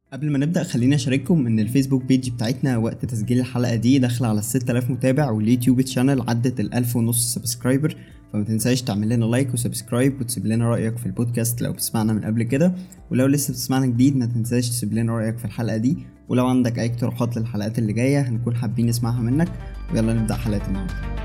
قبل ما نبدأ خلينا أشارككم إن الفيسبوك بيج بتاعتنا وقت تسجيل الحلقة دي داخلة على 6000 متابع، واليوتيوب تشانل عدت 1500 سبسكرايبر. فما تنساش تعمل لنا لايك وسبسكرايب وتسيب لنا رأيك في البودكاست لو بتسمعنا من قبل كده، ولو لسه بتسمعنا جديد ما تنساش تسيب لنا رأيك في الحلقة دي، ولو عندك أي اقتراحات للحلقات اللي جاية هنكون حابين نسمعها منك. ويلا نبدأ حلقة النهاردة.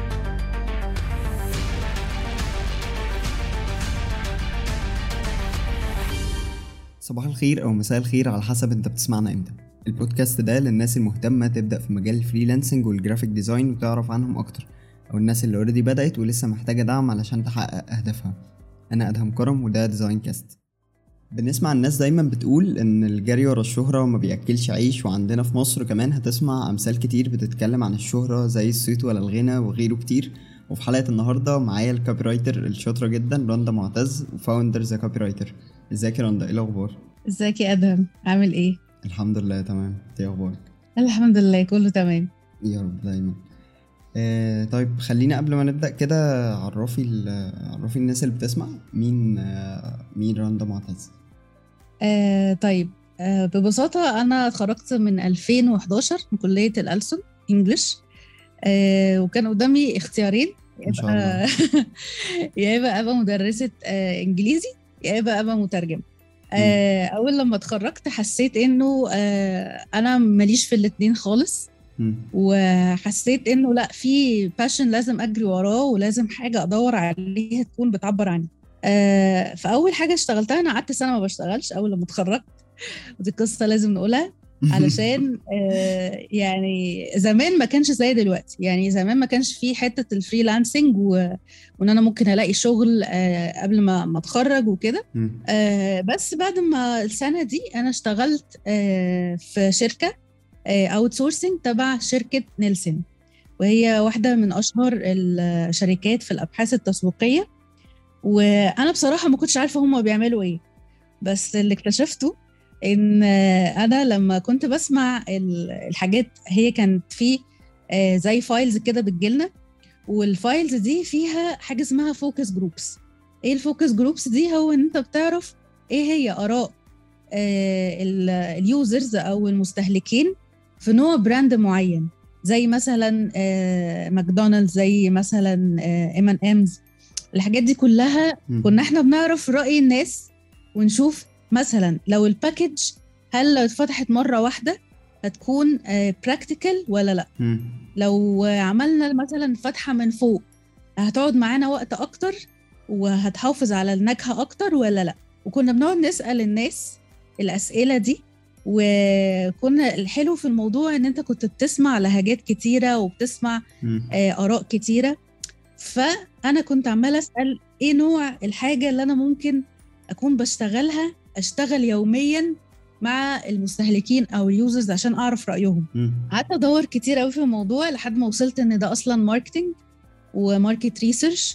صباح الخير أو مساء الخير على حسب أنت بتسمعنا إمتى. البودكاست ده للناس المهتمة تبدأ في مجال الفريلانسنج والجرافيك ديزاين وتعرف عنهم أكتر، أو الناس اللي اوريدي بدأت ولسه محتاجة دعم علشان تحقق أهدافها. أنا أدهم كرم وده ديزاين كاست. بنسمع الناس دايما بتقول إن الجري ورا الشهرة ما بيأكلش عيش، وعندنا في مصر كمان هتسمع أمثال كتير بتتكلم عن الشهرة زي الصيت ولا الغنى وغيره كتير. وفي حلقة النهاردة معايا الكوبي رايتر الشاطرة جدا رندا معتز وفاوندر ذا كوبي رايتر. ازيك يا رندا؟ ايه الأخبار؟ ازيك يا ادهم؟ عامل ايه؟ الحمد لله تمام. ايه اخبارك؟ الحمد لله كله تمام. يا رب دايما. طيب خلينا قبل ما نبدا كده عرفي الناس اللي بتسمع مين رندا معتز. طيب. ببساطة أنا اتخرجت من 2011 من كلية الألسن إنجليش. وكان قدامي اختيارين، ما شاء الله. يا إما أبقى مدرسة إنجليزي، يا إما أبقى مترجم. أول لما اتخرجت حسيت إنه أنا ماليش في الاتنين خالص. وحسيت إنه لأ، في باشن لازم أجري وراه ولازم حاجة أدور عليها تكون بتعبر عني. فأول حاجة اشتغلتها، أنا قعدت سنة ما بشتغلش أول لما اتخرجت، ودي قصة لازم نقولها علشان يعني زمان ما كانش زي دلوقتي. يعني زمان ما كانش فيه حتة الفريلانسنج وان انا ممكن الاقي شغل قبل ما اتخرج وكده. بس بعد ما السنة دي انا اشتغلت في شركة اوت سورسنج تبع شركة نيلسون، وهي واحدة من اشهر الشركات في الابحاث التسويقية. وانا بصراحة ما كنتش عارفة هم بيعملوا ايه، بس اللي اكتشفته ان انا لما كنت بسمع الحاجات، هي كانت في زي فايلز كده بتجيلنا، والفايلز دي فيها حاجه اسمها فوكس جروبس. ايه الفوكس جروبس دي؟ هو ان انت بتعرف ايه هي اراء اليوزرز او المستهلكين في نوع براند معين، زي مثلا ماكدونالدز، زي مثلا M&M's. الحاجات دي كلها كنا احنا بنعرف رأي الناس، ونشوف مثلا لو الباكج هل لو اتفتحت مرة واحدة هتكون براكتيكال ولا لا. لو عملنا مثلا فتحة من فوق هتقعد معانا وقت اكتر وهتحافظ على النكهة اكتر ولا لا. وكنا بنقعد نسأل الناس الأسئلة دي، وكنا الحلو في الموضوع ان انت كنت بتسمع لهجات كتيرة وبتسمع آراء كتيرة. فأنا كنت عمالة أسأل إيه نوع الحاجة اللي أنا ممكن أكون بشتغلها، أشتغل يومياً مع المستهلكين أو اليوزرز عشان أعرف رأيهم. قعدت أدور كتير قوي في الموضوع لحد ما وصلت إن ده أصلاً ماركتينج وماركت ريسيرش،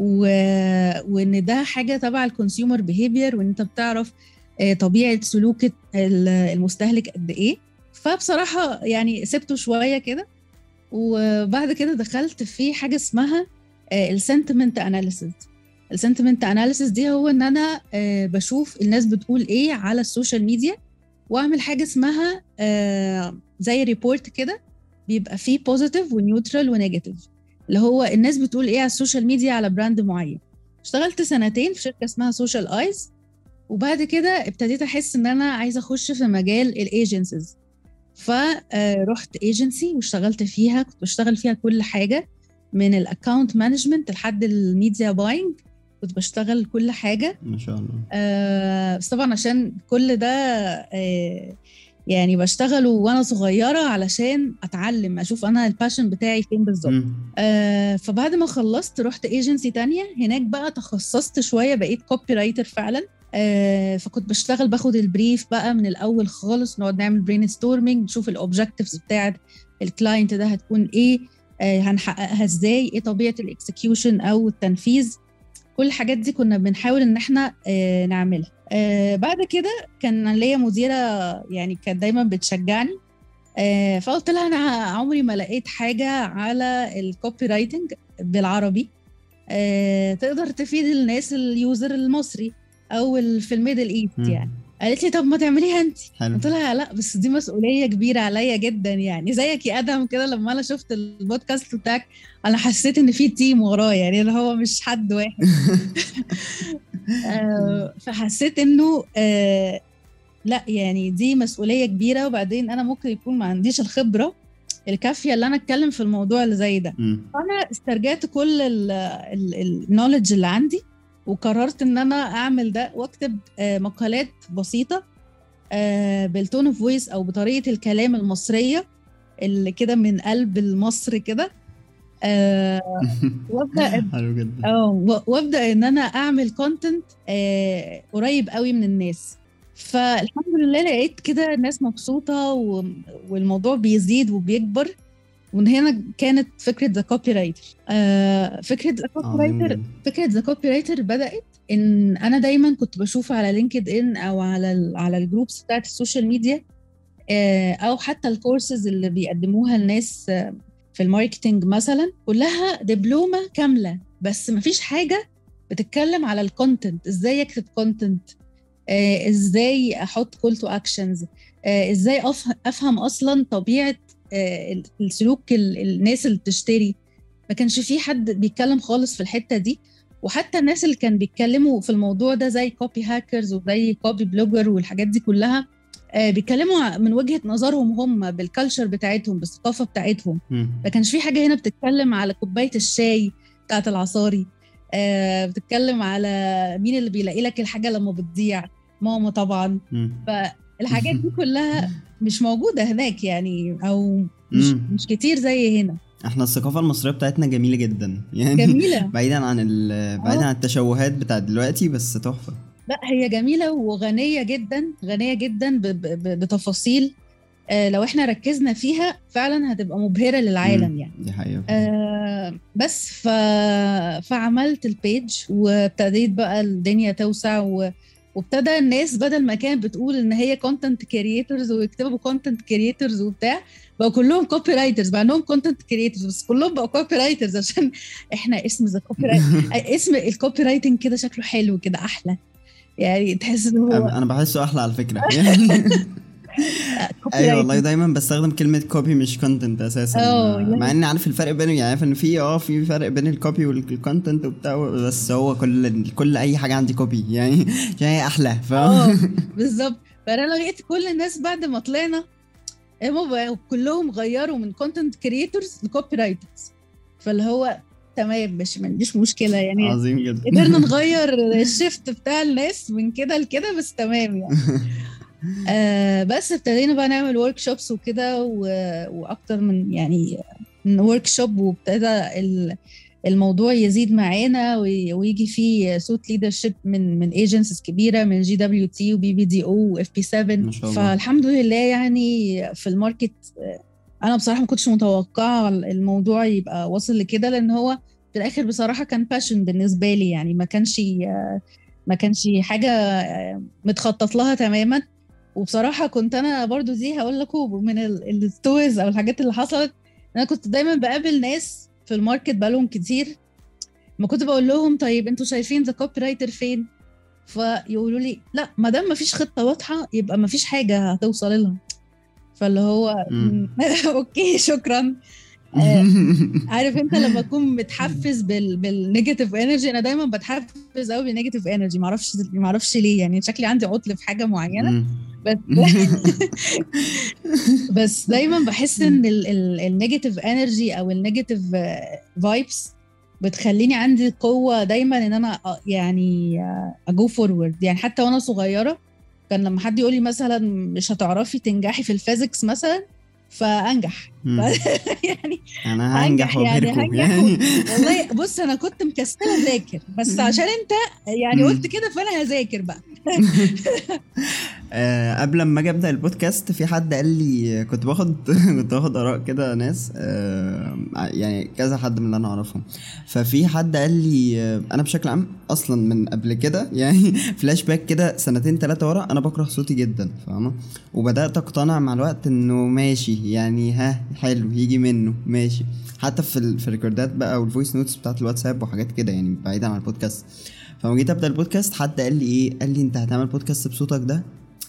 وإن ده حاجة تبع الكونسيومر بيهيفير، وإن أنت بتعرف طبيعة سلوك المستهلك قد إيه. فبصراحة يعني سبته شوية كده، وبعد كده دخلت في حاجة اسمها السنتمنت اناليسيس. السنتمنت اناليسيس دي هو ان انا بشوف الناس بتقول ايه على السوشيال ميديا، واعمل حاجه اسمها زي ريبورت كده بيبقى فيه بوزيتيف ونيوترال ونيجاتيف، اللي هو الناس بتقول ايه على السوشيال ميديا على براند معين. اشتغلت 2 في شركه اسمها سوشيال ايز، وبعد كده ابتديت احس ان انا عايزه اخش في مجال الايجنسيز. فرحت ايجنسي واشتغلت فيها، كنت بشتغل فيها كل حاجه من الاكاونت مانجمنت لحد الميديا باينج، كنت بشتغل كل حاجه ما شاء الله. بس طبعا عشان كل ده يعني بشتغله وانا صغيره علشان اتعلم اشوف انا الباشن بتاعي فين بالظبط. فبعد ما خلصت رحت ايجنسي تانية، هناك بقى تخصصت شويه، بقيت كوبي رايتر فعلا. فكنت بشتغل باخد البريف بقى من الاول خالص، نقعد نعمل برين ستورمينج، نشوف الاوبجكتيفز بتاعت الكلاينت ده هتكون ايه، هنحققها ازاي، ايه طبيعه الاكسكيوشن او التنفيذ. كل الحاجات دي كنا بنحاول ان احنا نعملها. بعد كده كان ليا مديره يعني كانت دايما بتشجعني، فقلت لها انا عمري ما لقيت حاجه على الكوبي رايتنج بالعربي تقدر تفيد الناس اليوزر المصري او في الميدل ايست يعني. قالت لي طب ما تعمليها انت. حلو. قلت لها لا بس دي مسؤوليه كبيره عليا جدا، يعني زيك يا ادم كده لما انا شفت البودكاست بتاعك انا حسيت ان في تيم ورايا، يعني اللي هو مش حد واحد. فحسيت انه لا يعني دي مسؤوليه كبيره، وبعدين انا ممكن يكون ما عنديش الخبره الكافيه اللي انا اتكلم في الموضوع اللي زي ده. فانا استرجعت كل النوليدج اللي عندي، وقررت ان انا اعمل ده واكتب مقالات بسيطه بالتون اوف فويس او بطريقه الكلام المصريه اللي كده من قلب المصري كده. وابدا حلو جدا. وابدا ان انا اعمل كونتنت قريب قوي من الناس. فالحمد لله لقيت كده الناس مبسوطه والموضوع بيزيد وبيكبر. ومن هنا كانت فكره ذا كوبي رايتر. فكره ذا كوبي رايتر بدات ان انا دايما كنت بشوف على لينكد ان او على الجروبس بتاعت السوشيال ميديا، او حتى الكورسز اللي بيقدموها الناس في الماركتينج مثلا، كلها دبلومه كامله بس مفيش حاجه بتتكلم على الكونتنت، ازاي اكتب كونتنت، ازاي احط كول تو اكشنز، ازاي افهم اصلا طبيعه السلوك الناس اللي بتشتري. ما كانش في حد بيتكلم خالص في الحته دي. وحتى الناس اللي كان بيتكلموا في الموضوع ده زي كوبي هاكرز وزي كوبي بلوجر والحاجات دي كلها بيتكلموا من وجهه نظرهم هم، بالكالتشر بتاعتهم، بالثقافه بتاعتهم. ما كانش في حاجه هنا بتتكلم على كوبايه الشاي بتاعت العصاري، بتتكلم على مين اللي بيلاقي لك الحاجه لما بتضيع، ماما طبعا. فالحاجات دي كلها مش موجوده هناك يعني، او مش كتير زي هنا. احنا الثقافه المصريه بتاعتنا جميله جدا يعني، جميله بعيدا عن التشوهات بتاعت دلوقتي، بس تحفه. لا هي جميله وغنيه جدا، غنيه جدا بتفاصيل لو احنا ركزنا فيها فعلا هتبقى مبهرة للعالم يعني. دي حقيقة. بس فعملت البيج وابتديت بقى الدنيا توسع، وابتدى الناس بدل ما كانت بتقول ان هي كونتنت كرييتورز ويكتبوا كونتنت كرييتورز وبتاع، بقوا كلهم كوبي رايترز، بقى انهم كونتنت كرييتورز بس كلهم بقوا كوبي رايترز، عشان احنا اسم ذا كوبي اسم الكوبي رايتنج كده شكله حلو كده احلى، يعني تحس ان هو انا بحسه احلى على فكرة. ايوه والله دايما بستخدم كلمه كوبي مش كونتنت اساسا، مع اني عارف الفرق بينهم، يعني عارف ان في فرق بين الكوبي والكونتنت وبتاع، بس هو كل اي حاجه عندي كوبي يعني عشان هي احلى. بالظبط. فانا لقيت كل الناس بعد ما طلعنا كلهم غيروا من كونتنت كرييتورز لكوبي رايترز، فاللي هو تمام مش عنديش مشكله يعني. عظيم جدا. قدرنا نغير الشيفت بتاع الناس من كده لكده، بس تمام يعني. بس ابتدينا بقى نعمل ورك شوبس وكده، واكتر من يعني ورك شوب، وابتدى الموضوع يزيد معانا ويجي فيه صوت ليدرشيب من ايجنسيز كبيره، من GWT وبي بي دي او واف بي 7. فالحمد لله يعني في الماركت انا بصراحه ما كنتش متوقعه الموضوع يبقى واصل لكده، لان هو في الاخر بصراحه كان باشن بالنسبه لي، يعني ما كانش حاجه متخطط لها تماما. وبصراحه كنت انا برضو دي هقول لكم من الستوريز او الحاجات اللي حصلت، انا كنت دايما بقابل ناس في الماركت بقالهم كتير، ما كنت بقول لهم طيب انتوا شايفين ذا كوبي رايتر فين، فيقولوا لي لا ما دام ما فيش خطه واضحه يبقى ما فيش حاجه هتوصل لها. فاللي هو اوكي شكرا. عارف انت لما تكون متحفز بالنيجاتيف انرجي، انا دايما بتحفز قوي بالنيجاتيف انرجي، ما اعرفش ليه، يعني شكلي عندي عطل في حاجه معينه، بس دايما بحس ان النيجاتيف انرجي او النيجاتيف فايبس بتخليني عندي قوه دايما ان انا يعني اجو فورورد. يعني حتى وانا صغيره كان لما حد يقول لي مثلا مش هتعرفي تنجحي في الفيزيكس مثلا فانجح. يعني انا هنجح وابهركم يعني. والله بص انا كنت مكسله اذاكر، بس عشان انت يعني قلت كده فانا هذاكر بقى. قبل ما اجي ابدا البودكاست في حد قال لي كنت باخد اراء كده ناس، يعني كذا حد من اللي انا اعرفهم. ففي حد قال لي انا بشكل عام اصلا من قبل كده يعني فلاش باك كده 2-3 ورا انا بكره صوتي جدا، فاهمه؟ وبدات اقتنع مع الوقت انه ماشي يعني حلو يجي منه ماشي، حتى في الريكوردات بقى والفويس نوتس بتاعت الواتساب وحاجات كده يعني بعيدا عن البودكاست. فلما جيت ابدا البودكاست حد قال لي قال لي انت هتعمل بودكاست بصوتك ده؟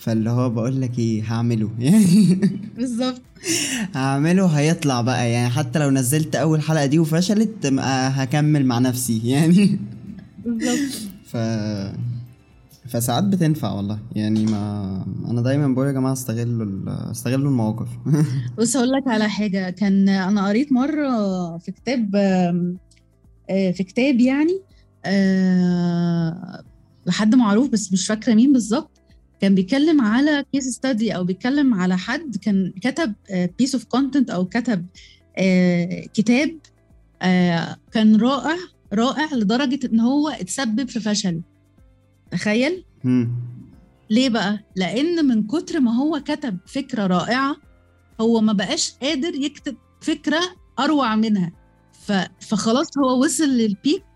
فاللي هو بقول لك ايه هعمله يعني بالظبط. هعمله هيطلع بقى يعني، حتى لو نزلت اول حلقة دي وفشلت هكمل مع نفسي يعني بالظبط. ف فساعات بتنفع والله يعني. ما انا دايما بقول يا جماعه استغلوا المواقف بص هقول لك على حاجه، كان انا قريت مره في كتاب، في كتاب يعني لحد معروف بس مش فاكره مين بالظبط، كان بيتكلم على كيس ستادي او بيتكلم على حد كان كتب بيس اوف كونتنت او كتب كتاب كان رائع رائع لدرجه ان هو اتسبب في فشل. تخيل. ليه بقى؟ لان من كتر ما هو كتب فكره رائعه هو ما بقاش قادر يكتب فكره اروع منها، فخلاص هو وصل للبيك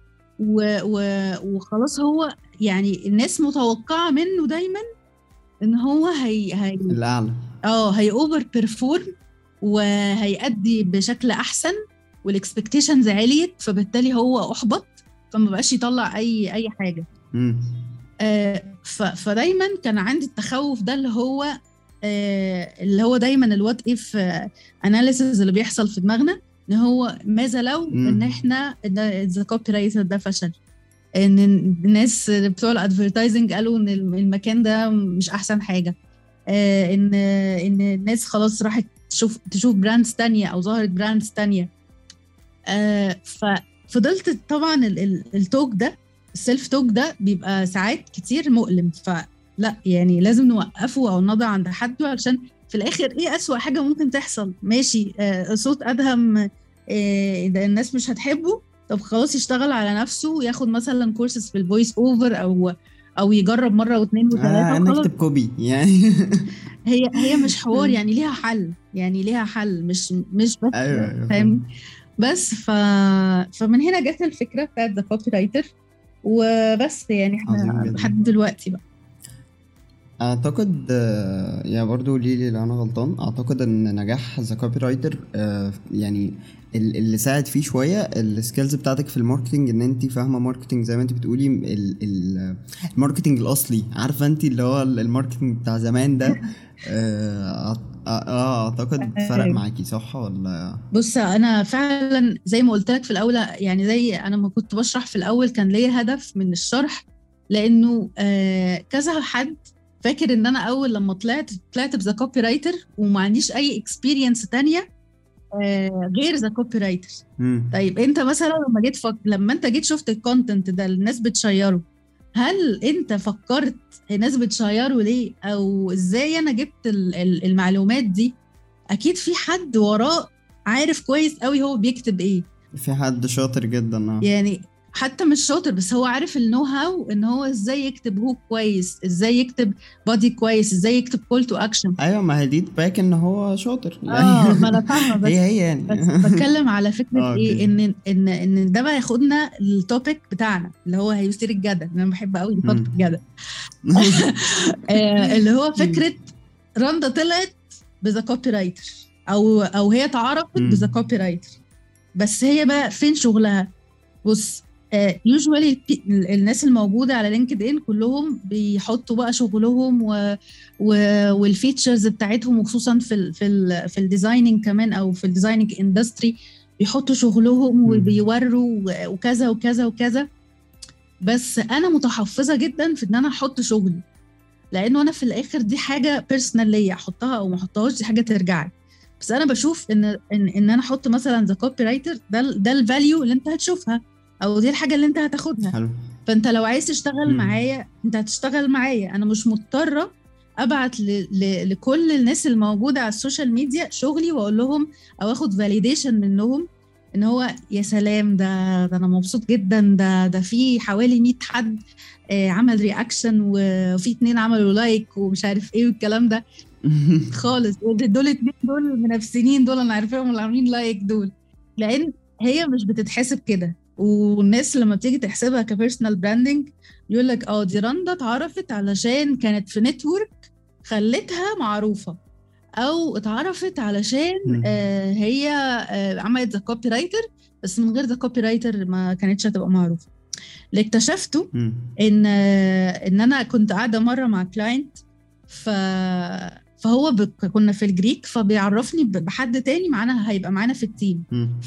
وخلاص هو يعني الناس متوقعه منه دايما ان هو هي الاعلى، هي اوفر بيرفورم وهيأدي بشكل احسن، والاكسبكتيشنز عليت فبالتالي هو احبط فما بقاش يطلع اي حاجه. فدايما كان عندي التخوف ده اللي هو دايما الوات اف اناليسيز اللي بيحصل في دماغنا، ان هو ماذا لو ان احنا ذا كوبي رايتر ده فشل، ان الناس بتوع الادفيرتايزنج قالوا ان المكان ده مش احسن حاجه، ان الناس خلاص راحت تشوف براندز تانية او ظهرت براندز تانية. ففضلت طبعا التوك ده، السيلف توك ده بيبقى ساعات كتير مؤلم، فلا يعني لازم نوقفه او نضع عند حده، علشان في الاخر ايه اسوأ حاجه ممكن تحصل؟ ماشي صوت ادهم ده الناس مش هتحبه، طب خلاص يشتغل على نفسه وياخد مثلا كورسز في الفويس اوفر او يجرب مره واثنين وثلاثه انا اكتب كوبي يعني هي مش حوار يعني، ليها حل يعني، ليها حل مش بس ايوه فاهم. بس فمن هنا جت الفكره بتاعت ذا كوبي رايتر، وبس يعني احنا لحد دلوقتي بقى. اعتقد يا برضو ليلي لو انا غلطان، اعتقد ان نجاح ذا كوبي رايتر يعني اللي ساعد فيه شويه السكيلز بتاعتك في الماركتنج، ان انت فاهمه ماركتنج زي ما انت بتقولي، الماركتنج الاصلي، عارفه انت اللي هو الماركتنج بتاع زمان ده اعتقد فرق معاكي صح ولا؟ بص انا فعلا زي ما قلت لك في الاول، يعني زي انا ما كنت بشرح في الاول كان ليا هدف من الشرح، لانه كذا حد فاكر ان انا اول لما طلعت بذا كوبي رايتر وما عنديش اي اكسبيرينس تانية غير ذا كوبي رايتر. طيب انت مثلا لما انت جيت شفت الكونتنت ده الناس بتشيره، هل انت فكرت الناس بتشيره ليه او ازاي انا جبت المعلومات دي؟ اكيد في حد وراه عارف كويس قوي هو بيكتب ايه، في حد شاطر جدا يعني حتى مش شاطر بس هو عارف النو هاو ان هو ازاي يكتب هو كويس، ازاي يكتب بادي كويس، ازاي يكتب كول تو اكشن. ايوه ما هي دي باك ان هو شاطر يعني ما انا فاهمه بس هي يعني بس بتكلم على فكره ايه، ان ده بقى ياخدنا للتوبيك بتاعنا اللي هو هيثير الجدل، انا بحب قوي التوبيك الجدل اللي هو فكره رندا طلعت بذا كوبي رايتر او هي اتعرفت بذا كوبي رايتر، بس هي بقى فين شغلها؟ بص يوجوالي الناس الموجوده على لينكد ان كلهم بيحطوا بقى شغلهم والفيتشرز بتاعتهم، وخصوصا في الديزايننج كمان او في الديزايننج اندستري بيحطوا شغلهم وبيوروا وكذا وكذا وكذا. بس انا متحفظه جدا في ان انا احط شغلي، لانه انا في الاخر دي حاجه بيرسونال ليا، احطها او ما احطهاش دي حاجه ترجع لي. بس انا بشوف ان انا احط مثلا ذا كوبي رايتر ده الفاليو اللي انت هتشوفها او دي الحاجه اللي انت هتاخدها. حلو. فانت لو عايز تشتغل معايا انت هتشتغل معايا، انا مش مضطره ابعت لكل الناس الموجوده على السوشيال ميديا شغلي واقول لهم او اخد فاليديشن منهم ان هو يا سلام ده انا مبسوط جدا، ده في حوالي 100 حد عمل رياكشن وفي 2 عملوا لايك ومش عارف ايه والكلام ده خالص. دول 2 دول منافسين، دول انا عارفاهم اللي عاملين لايك دول، لان هي مش بتتحسب كده. والناس لما بتيجي تحسبها كبيرسونال براندنج يقول لك دي رندا اتعرفت علشان كانت في نتورك خلتها معروفه، او اتعرفت علشان هي عملت ذا كوبي رايتر، بس من غير ذا كوبي رايتر ما كانتش هتبقى معروفه. اللي اكتشفته ان انا كنت قاعده مره مع كلاينت فهو كنا في الجريك، فبيعرفني بحد تاني معانا هيبقى معانا في التيم.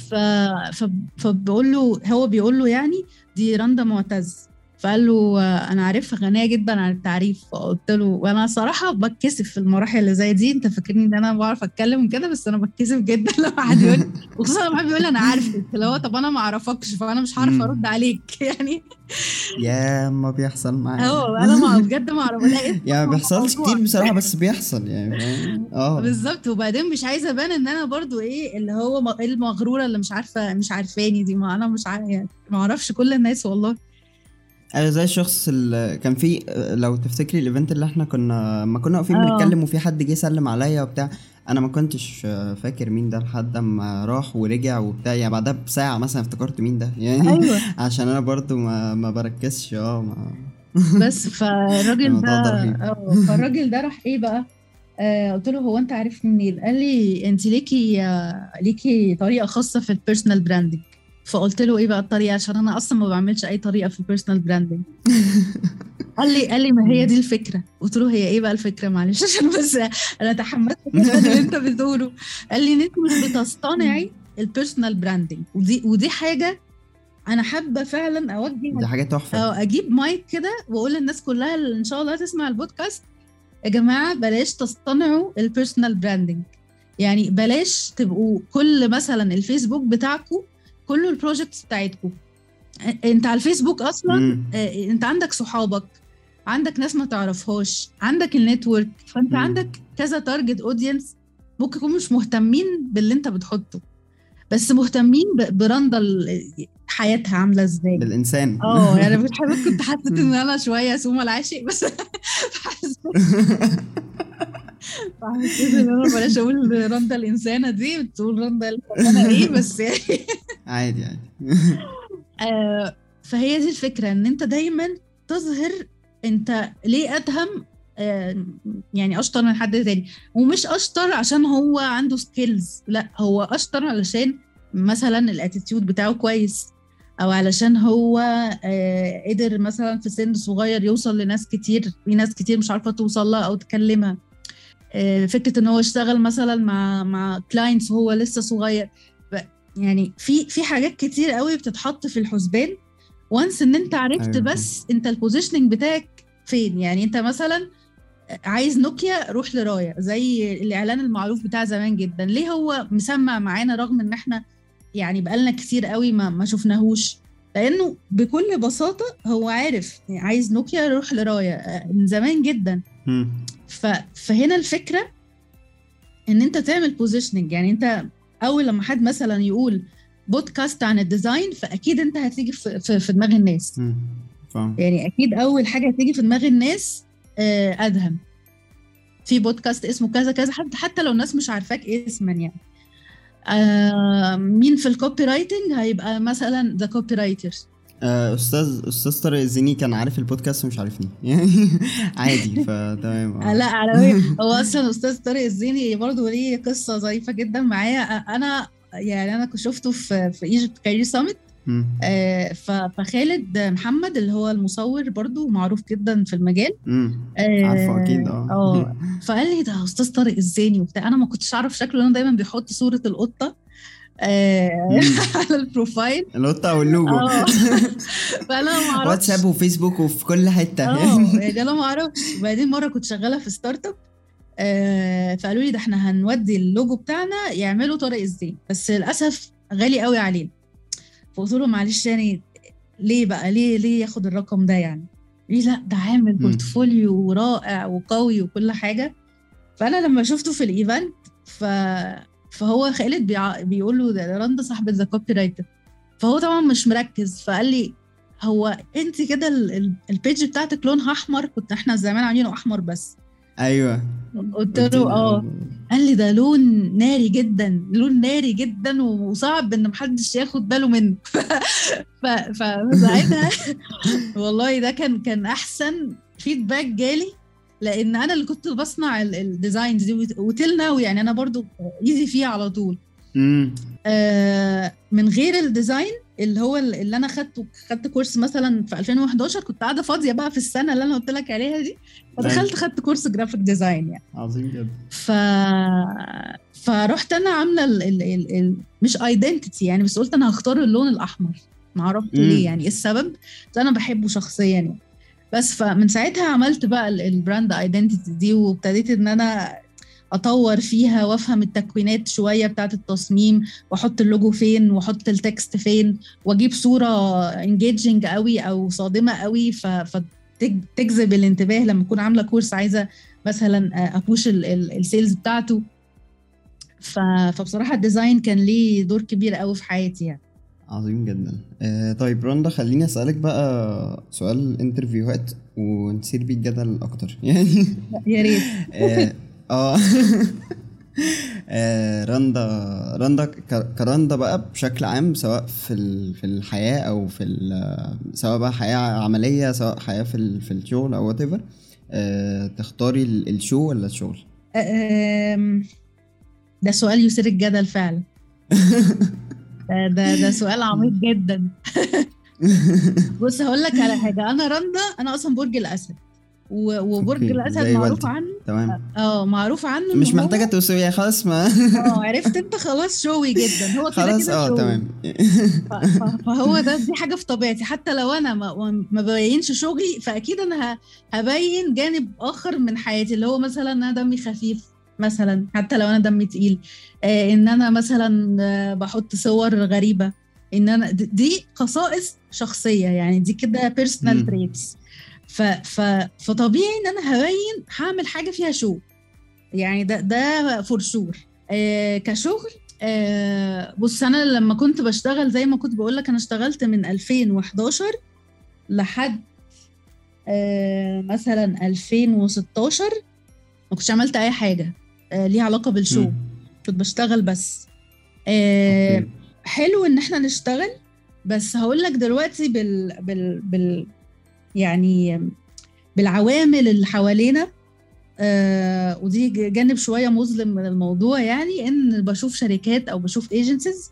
فبقول له، هو بيقول له يعني دي رندا معتز. فقال له انا عارفها، غنيه جدا عن التعريف. فقلت له، وانا صراحه بتكسف في المراحل اللي زي دي، انت فاكرني ان انا بعرف اتكلم كده، بس انا بتكسف جدا لما حد يقول، وخصوصا لما حد بيقول انا عارفك، اللي هو طب انا ما اعرفكش فانا مش هعرف ارد عليك يعني. يا ما بيحصل معايا. انا ما بجد ما اعرف، لا يعني ما بيحصلش كتير بصراحه، بس بيحصل يعني. بالظبط. وبعدين مش عايزه ابان ان انا برضو ايه اللي هو المغروره اللي مش عارفاني دي. ما انا مش يعني ما اعرفش كل الناس والله. زي الشخص اللي كان فيه، لو تفتكري الايفنت اللي احنا ما كنا واقفين بنتكلم وفي حد جه سلم عليا وبتاع، انا ما كنتش فاكر مين ده لحد ما راح ورجع وبتاع، يعني بعدها بساعه مثلا افتكرت مين ده يعني. أيوة. عشان انا برضو ما بركزش بس فالراجل ده فالراجل ده راح ايه بقى، قلت له هو انت عارف منين؟ قال لي انت ليكي طريقه خاصه في البيرسونال براندنج. فقلت له ايه بقى الطريقه، عشان انا اصلا ما بعملش اي طريقه في البيرسونال براندنج. قال لي ما هي دي الفكره. قلت له هي ايه بقى الفكره؟ معلش عشان بس انا تحمست جدا اللي انت بتقوله. قال لي ان انت مش بتصطنعي البيرسونال براندنج، ودي حاجه انا حابه فعلا اوجه. دي حاجه تحفه. اجيب مايك كده واقول للناس كلها اللي ان شاء الله تسمع البودكاست، يا جماعه بلاش تصطنعوا البيرسونال براندنج. يعني بلاش تبقوا كل مثلا الفيسبوك بتاعكم كله البروجكتس بتاعتكم. انت على الفيسبوك اصلا انت عندك صحابك، عندك ناس ما تعرفهاش، عندك النتورك، فانت عندك كذا تارجت اودينس ممكن يكونوا مش مهتمين باللي انت بتحطه، بس مهتمين برندا حياتها عامله ازاي بالانسان. يعني كنت حسيت ان انا شويه سومه العاشق، بس حسيت ان انا بلاش اقول رندا الانسانه دي، بتقول رندا الفنانه ايه بس يعني. عادي فهي دي الفكره، ان انت دايما تظهر انت ليه ادهم، يعني اشطر من حد تاني. ومش اشطر عشان هو عنده سكيلز، لا هو اشطر علشان مثلا الاتيتيود بتاعه كويس، او علشان هو قدر مثلا في سن صغير يوصل لناس كتير، في ناس كتير مش عارفه توصل لها او تكلمها. فكره ان هو اشتغل مثلا مع كلاينتس وهو لسه صغير. يعني في حاجات كتير قوي بتتحط في الحسبان وانس ان انت عرفت. بس انت البوزيشننج بتاعك فين؟ يعني انت مثلا عايز نوكيا، روح لرايا، زي الاعلان المعروف بتاع زمان جدا. ليه هو مسمع معانا رغم ان احنا يعني بقالنا كتير قوي ما شفناهوش؟ لانه بكل بساطه هو عارف عايز نوكيا، روح لرايا من زمان جدا. فهنا الفكره ان انت تعمل بوزيشننج. يعني انت اول لما حد مثلا يقول بودكاست عن الديزاين، فاكيد انت هتيجي في دماغ الناس. يعني اكيد اول حاجه هتيجي في دماغ الناس ادهم في بودكاست اسمه كذا كذا، حتى لو الناس مش عارفاك اسما يعني. مين في الكوبي رايتنج؟ هيبقى مثلا ذا كوبي رايتر. استاذ طارق الزيني كان عارف البودكاست ومش عارفني يعني. عادي فتمام. لا على هو اصلا استاذ طارق الزيني برضه ليه قصه ظريفه جدا معايا. انا كنت شفته في ايجيبت كارير سامت. فخالد محمد اللي هو المصور برضو معروف جدا في المجال، عارفه اكيد. فقال لي ده استاذ طارق الزيني وبتاع. انا ما كنتش اعرف شكله، لانه دايما بيحط صوره القطه على البروفايل، القطه او اللوجو. فانا ما اعرفش واتساب وفيسبوك وفي كل حته. يعني انا ما اعرفش. بعدين مره كنت شغاله في ستارت اب، فقالوا لي ده احنا هنودي اللوجو بتاعنا يعملوا طارق الزيني، بس للاسف غالي قوي علينا. فقلت له معلش يعني ليه بقى ليه ياخد الرقم ده يعني؟ ليه؟ لا ده عامل بورتفوليو رائع وقوي وكل حاجه. فانا لما شفته في الايفنت فهو خالد بيقول له ده رندا صاحبه ذا كوبي رايتر، فهو طبعا مش مركز. فقال لي هو انت كده البيج بتاعتك لونها احمر، كنت احنا زمان عاملينه احمر بس. ايوه قلت له قال لي ده لون ناري جدا وصعب ان محدش ياخد باله منه. فساعتها والله ده كان احسن فيدباك جالي، لان انا اللي كنت بصنع الديزاينز دي وتلنا، يعني انا برضو ايزي فيها على طول. من غير الديزاين اللي هو اللي انا خدت كورس مثلا في 2011، كنت قاعده فاضيه بقى في السنه اللي انا قلت لك عليها دي، فدخلت خدت كورس جرافيك ديزاين يعني. عظيم جدا. فرحت انا عامله مش ايدنتيتي يعني، بس قلت انا هختار اللون الاحمر، ما عرفت ليه يعني، ايه السبب، بس انا بحبه شخصيا يعني. بس فمن ساعتها عملت بقى البراند ايدنتيتي دي، وابتديت ان انا اطور فيها وافهم التكوينات شويه بتاعه التصميم، واحط اللوجو فين واحط التكست فين، واجيب صوره انجيجنج قوي او صادمه قوي فتجذب الانتباه لما اكون عامله كورس عايزه مثلا ابوش السيلز بتاعته. فبصراحه الديزاين كان ليه دور كبير قوي في حياتي يعني. عظيم جدا. طيب رندا، خليني اسالك بقى سؤال انترفيوهات ونسير بيه الجدل اكتر يعني. يا ريت. رندا كرندا بقى بشكل عام، سواء في الحياه او سواء بقى حياه عمليه، سواء حياه في الشغل او وات ايفر، تختاري الشو ولا الشغل؟ ده سؤال يثير الجدل فعلا. ده سؤال عميق جدا. بص هقول لك على حاجه، انا رندا انا اصلا برج الاسد، وبرج الاسد معروف عنه. تمام. معروف عنه مش محتاجه توصفي خلاص، ما عرفت انت خلاص، شوي جدا هو كده خلاص. كده تمام. فهو دي حاجه في طبيعتي، حتى لو انا ما ببينش شغلي، فاكيد انا هبين جانب اخر من حياتي، اللي هو مثلا انا دمي خفيف مثلا، حتى لو انا دمي تقيل، ان انا مثلا بحط صور غريبه، ان انا دي خصائص شخصيه يعني، دي كده personal traits. فطبيعي ان انا هعمل حاجه فيها شو يعني، ده فور شور. كشغل، بص انا لما كنت بشتغل زي ما كنت بقول لك، انا اشتغلت من 2011 لحد مثلا 2016 ما كنتش عملت اي حاجه ليها علاقه بالشو. كنت بشتغل بس. حلو ان احنا نشتغل، بس هقول لك دلوقتي بال يعني بالعوامل اللي حوالينا، ودي جانب شويه مظلم من الموضوع يعني، ان بشوف شركات او بشوف ايجنسيز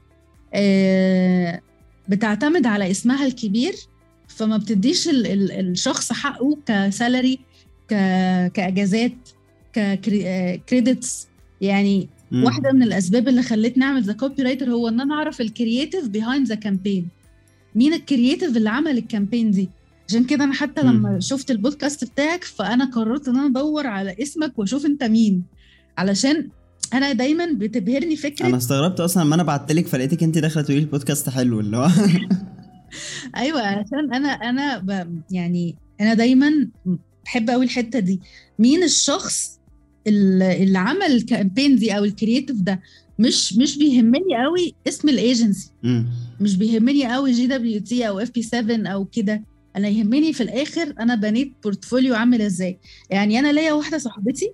بتعتمد على اسمها الكبير، فما بتديش الشخص حقه كسالري، كاجازات، ككريدتس يعني. واحده من الاسباب اللي خلتني اعمل ذا كوبي رايتر هو ان انا اعرف الكرييتيف بيهايند ذا كامبين، مين الكرييتيف اللي عمل الكامبين دي. عشان كده انا حتى لما شفت البودكاست بتاعك، فانا قررت ان انا ادور على اسمك واشوف انت مين، علشان انا دايما بتبهرني فكره. انا استغربت اصلا لما انا بعتلك فلقيتك انت داخله تقولي البودكاست حلو اللي هو ايوه، عشان انا يعني انا دايما بحب قوي الحته دي، مين الشخص اللي عمل الكامبين دي او الكرييتيف ده. مش بيهمني قوي اسم الايجنسي، مش بيهمني قوي GWT او FP7 او كده، انا يهمني في الاخر انا بنيت بورتفوليو عامل ازاي. يعني انا ليا واحده صاحبتي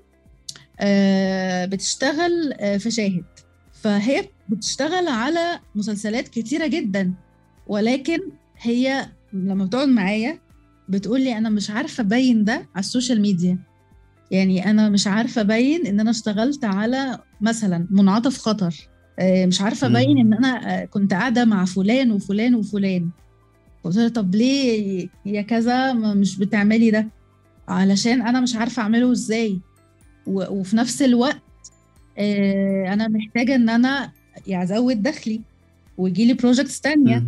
بتشتغل في شاهد، فهي بتشتغل على مسلسلات كتيره جدا، ولكن هي لما بتقعد معايا بتقول لي انا مش عارفه ابين ده على السوشيال ميديا، يعني انا مش عارفه ابين ان انا اشتغلت على مثلا منعطف خطر، مش عارفه ابين ان انا كنت قاعده مع فلان وفلان وفلان. قلت لها طب ليه يا كذا مش بتعملي ده؟ علشان انا مش عارفه اعمله ازاي، وفي نفس الوقت انا محتاجه ان انا يعني ازود دخلي ويجي لي بروجكتس تانية.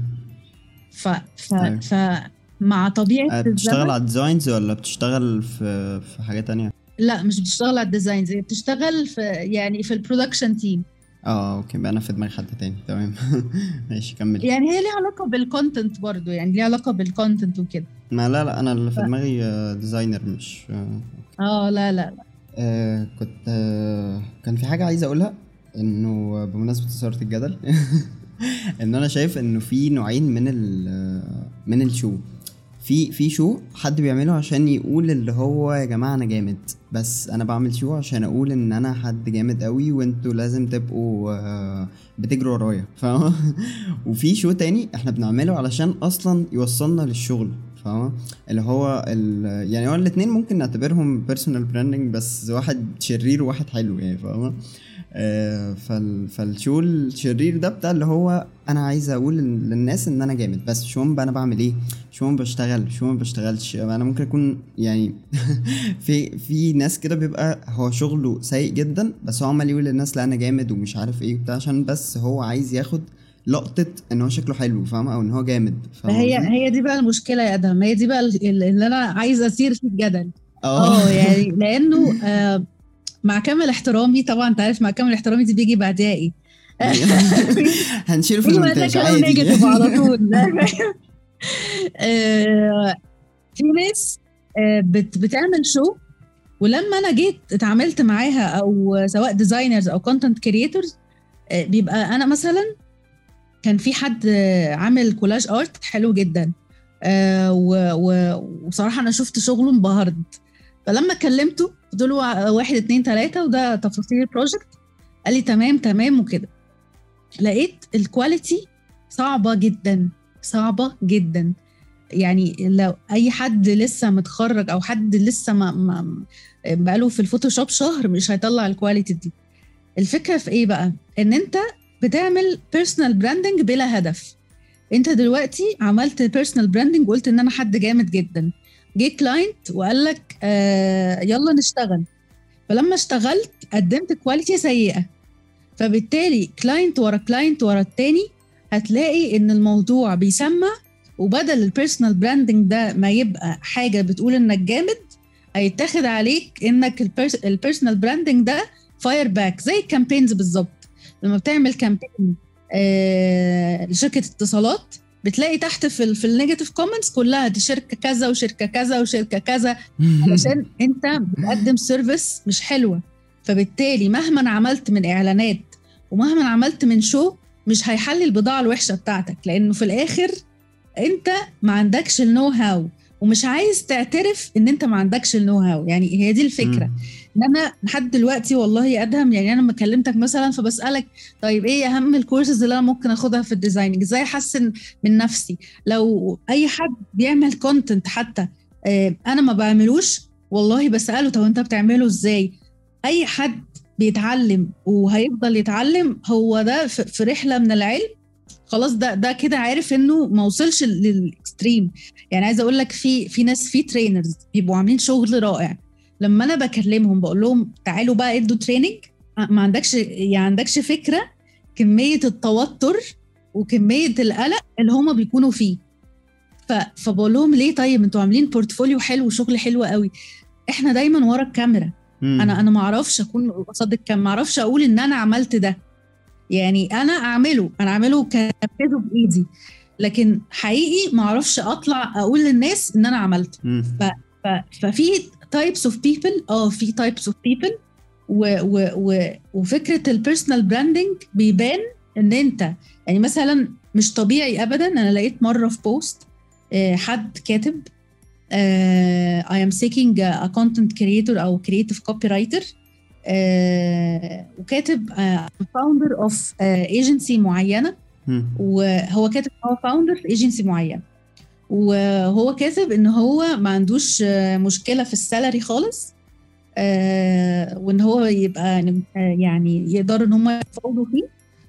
مع طبيعه بتشتغل على الديزاينز ولا بتشتغل في حاجه تانية؟ لا مش بتشتغل على الديزاينز، هي بتشتغل في يعني في البرودكشن تيم. اوكي، بقى انا في دماغي حد تاني. تمام. ماشي كمل. يعني هي ليها علاقه بالكونتنت برضو، يعني ليها علاقه بالكونتنت وكده. لا انا اللي في دماغي ديزاينر مش لا كنت كان في حاجه عايز اقولها، انه بمناسبه اثاره الجدل ان انا شايف انه في نوعين من الشو. في شو حد بيعمله عشان يقول اللي هو يا جماعه انا جامد، بس انا بعمل شو عشان اقول ان انا حد جامد قوي وانتوا لازم تبقوا بتجروا ورايا، فاهم؟ وفي شو تاني احنا بنعمله علشان اصلا يوصلنا للشغل، فاهمة؟ اللي هو يعني هو الاتنين ممكن نعتبرهم personal branding، بس واحد شرير وواحد حلو يعني، فاهمة؟ فالشو الشرير ده بتاع اللي هو انا عايز اقول للناس ان انا جامد، بس شو بقى انا بعمل ايه، شو بشتغل، شو ما بشتغلش. انا ممكن اكون يعني في ناس كده بيبقى هو شغله سيء جدا، بس هو عمال يقول للناس لا انا جامد ومش عارف ايه بتاع، عشان بس هو عايز ياخد لقطة ان هو شكله حلو، فاهمة؟ او ان هو جامد، فاهمة قصدي؟ هي دي بقى المشكله يا ادهم، هي دي بقى اللي انا عايزه اثير فيه الجدل. اه يعني لانه مع كامل احترامي طبعا، انت عارف مع كامل احترامي دي بيجي بعدها ايه؟ هنشيله في بيجي بعدها المونتاج كلام عادي. نيجاتيف على طول. في ناس بتعمل شو، ولما انا جيت اتعاملت معاها او سواء ديزاينرز او كونتنت كريتورز، بيبقى انا مثلا كان في حد عامل كولاج ارت حلو جدا، وصراحه انا شفت شغله انبهرت. فلما كلمته قلت له 1 2 3 وده تفاصيل البروجكت، قال لي تمام تمام وكده. لقيت الكواليتي صعبه جدا، صعبه جدا. يعني لو اي حد لسه متخرج او حد لسه ما بقاله في الفوتوشوب شهر مش هيطلع الكواليتي دي. الفكره في ايه بقى؟ ان انت بتعمل بيرسونال براندنج بلا هدف. انت دلوقتي عملت بيرسونال براندنج وقلت ان انا حد جامد جدا، جه كلاينت وقال لك يلا نشتغل. فلما اشتغلت قدمت كواليتي سيئه، فبالتالي كلاينت ورا كلاينت ورا التاني هتلاقي ان الموضوع بيسمع، وبدل البيرسونال براندنج ده ما يبقى حاجه بتقول انك جامد، هيتاخد عليك انك البيرسونال براندنج ده فاير باك. زي الكامبينز بالظبط، لما بتعمل كامبين لشركه اتصالات بتلاقي تحت في النيجاتيف كومنتس كلها دي شركه كذا وشركه كذا وشركه كذا، علشان انت بتقدم سيرفيس مش حلوه. فبالتالي مهما عملت من اعلانات ومهما عملت من شو مش هيحلي البضاعه الوحشه بتاعتك، لانه في الاخر انت ما عندكش النو هاو، ومش عايز تعترف ان انت ما عندكش النو هاو. يعني هي دي الفكره. ان انا لحد دلوقتي والله يا ادهم، يعني انا لما كلمتك مثلا فبسالك طيب ايه اهم الكورسز اللي انا ممكن اخدها في الديزايننج، ازاي احسن من نفسي. لو اي حد بيعمل كونتنت حتى انا ما بعملوش، والله بساله طب انت بتعمله ازاي. اي حد بيتعلم وهيفضل يتعلم، هو ده في رحله من العلم خلاص، ده كده عارف انه ما وصلش للاكستريم. يعني عايزه اقول لك في ناس، في ترينرز بيبقوا عاملين شغل رائع، لما انا بكلمهم بقول لهم تعالوا بقى ادوا تريننج، ما عندكش فكره كميه التوتر وكميه القلق اللي هما بيكونوا فيه. فبقول لهم ليه؟ طيب انتوا عاملين بورتفوليو حلو وشغل حلو قوي، احنا دايما ورا الكاميرا. انا ما اعرفش اكون قصاد الكاميرا، ما اعرفش اقول ان انا عملت ده. يعني انا اعمله كنفذه بايدي، لكن حقيقي ما اعرفش اطلع اقول للناس ان انا عملته. ففي تايبس اوف بيبل، في تايبس اوف بيبل، وفكره البيرسونال براندنج بيبان ان انت يعني مثلا مش طبيعي ابدا. انا لقيت مره في بوست حد كاتب I am seeking a content creator او creative copywriter، وكاتب فاوندر اوف ايجنسي معينه، وهو كاتب هو فاوندر في ايجنسي معينه، وهو كاتب ان هو ما عندوش مشكله في السالري خالص، وان هو يبقى يعني يقدر ان هم يفاوضوا فيه.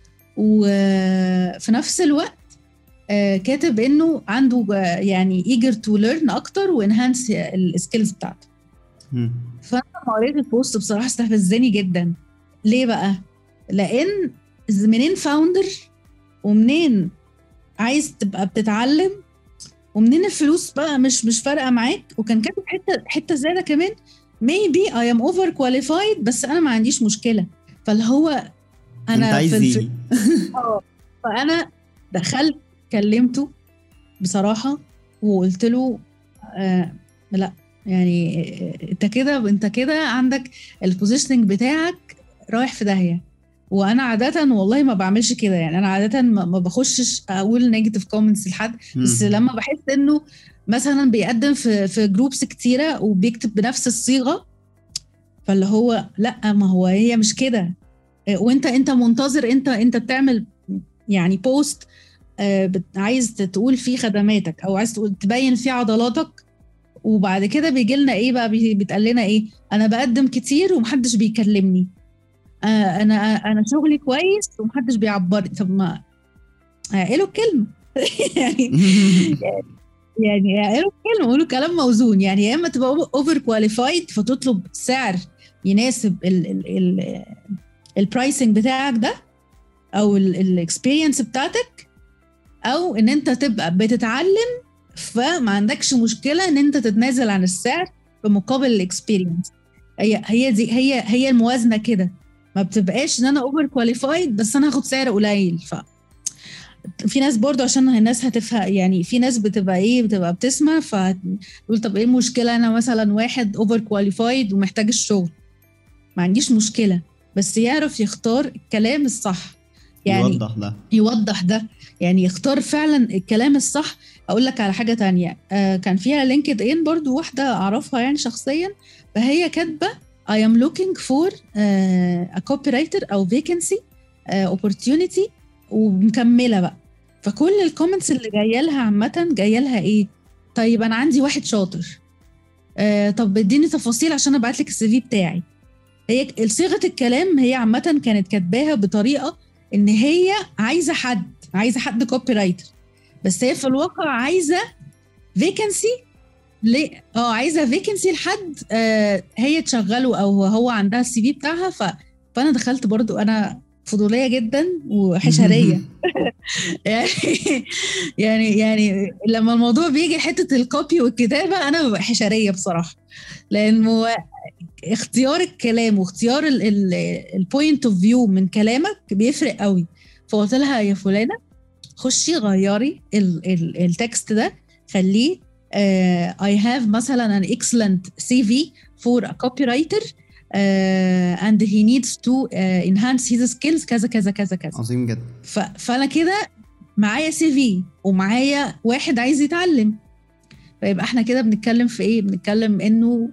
وفي نفس الوقت كاتب انه عنده يعني eager to learn اكتر وانهانس السكيلز بتاعته. فانا لما قريت البوست بصراحه استفزني جدا. ليه بقى؟ لان منين فاوندر، ومنين عايز تبقى بتتعلم، ومنين الفلوس بقى مش فارقه معاك. وكان كاتب حته زياده كمان maybe I am over qualified بس انا ما عنديش مشكله. فاللي هو انا في فانا دخلت كلمته بصراحه وقلت له لا، يعني انت كده عندك البوزيشننج بتاعك رايح في داهيه. وانا عاده والله ما بعملش كده، يعني انا عاده ما بخشش اقول نيجاتيف كومنتس لحد، بس لما بحس انه مثلا بيقدم في جروبس كتيره وبيكتب بنفس الصيغه، فاللي هو لا، ما هو هي مش كده. وانت منتظر، انت بتعمل يعني بوست عايز تقول فيه خدماتك او عايز تبين فيه عضلاتك، وبعد كده بيجي لنا ايه بقى، بيتقال لنا ايه؟ انا بقدم كتير ومحدش بيكلمني، انا شغلي كويس ومحدش بيعبرني. طب ما قالوا الكلمه يعني يعني قالوا الكلمه، قولوا كلام موزون. يعني يا اما تبقى اوفر كواليفايد فتطلب سعر يناسب البرايسنج بتاعك ده او الاكسبيرينس بتاعتك، او ان انت تبقى بتتعلم فما عندكش مشكله ان انت تتنازل عن السعر بمقابل الاكسبيرينس. هي الموازنه كده، ما بتبقاش ان انا اوفر كواليفايد بس انا هاخد سعر قليل. في ناس برضو عشان الناس هتفهم، يعني في ناس بتبقى بتسمع فتقول طب ايه المشكله، انا مثلا واحد اوفر كواليفايد ومحتاج الشغل، ما عنديش مشكله، بس يعرف يختار الكلام الصح، يعني يوضح ده يعني يختار فعلا الكلام الصح. اقول لك على حاجه تانية، كان فيها لينكد ان برضو واحده اعرفها يعني شخصيا، فهي كاتبه I am looking for a copywriter او vacancy opportunity ومكمله بقى. فكل الكومنتس اللي جايه لها عامه جايه لها ايه؟ طيب انا عندي واحد شاطر، طب اديني تفاصيل عشان ابعت لك السي في بتاعي. هي صيغه الكلام هي عامه كانت كاتباها بطريقه ان هي عايزه حد كوبي رايتر، بس هي في الواقع عايزه فيكنسي عايزه فيكنسي لحد هي تشغله او هو عندها السي في بتاعها. فانا دخلت برضو، انا فضوليه جدا وحشريه يعني لما الموضوع بيجي حته الكوبي والكتابه انا ببقى حشريه بصراحه، لانه اختيار الكلام واختيار البوينت اوف فيو من كلامك بيفرق قوي. فقلت لها يا فلانه خشي غيري التكست ده، خليه I have مثلا an excellent CV for a copywriter and he needs to enhance his skills كذا كذا كذا كذا. عظيم جدا. فأنا كده معايا CV ومعايا واحد عايز يتعلم، فيبقى احنا كده بنتكلم في ايه؟ بنتكلم انه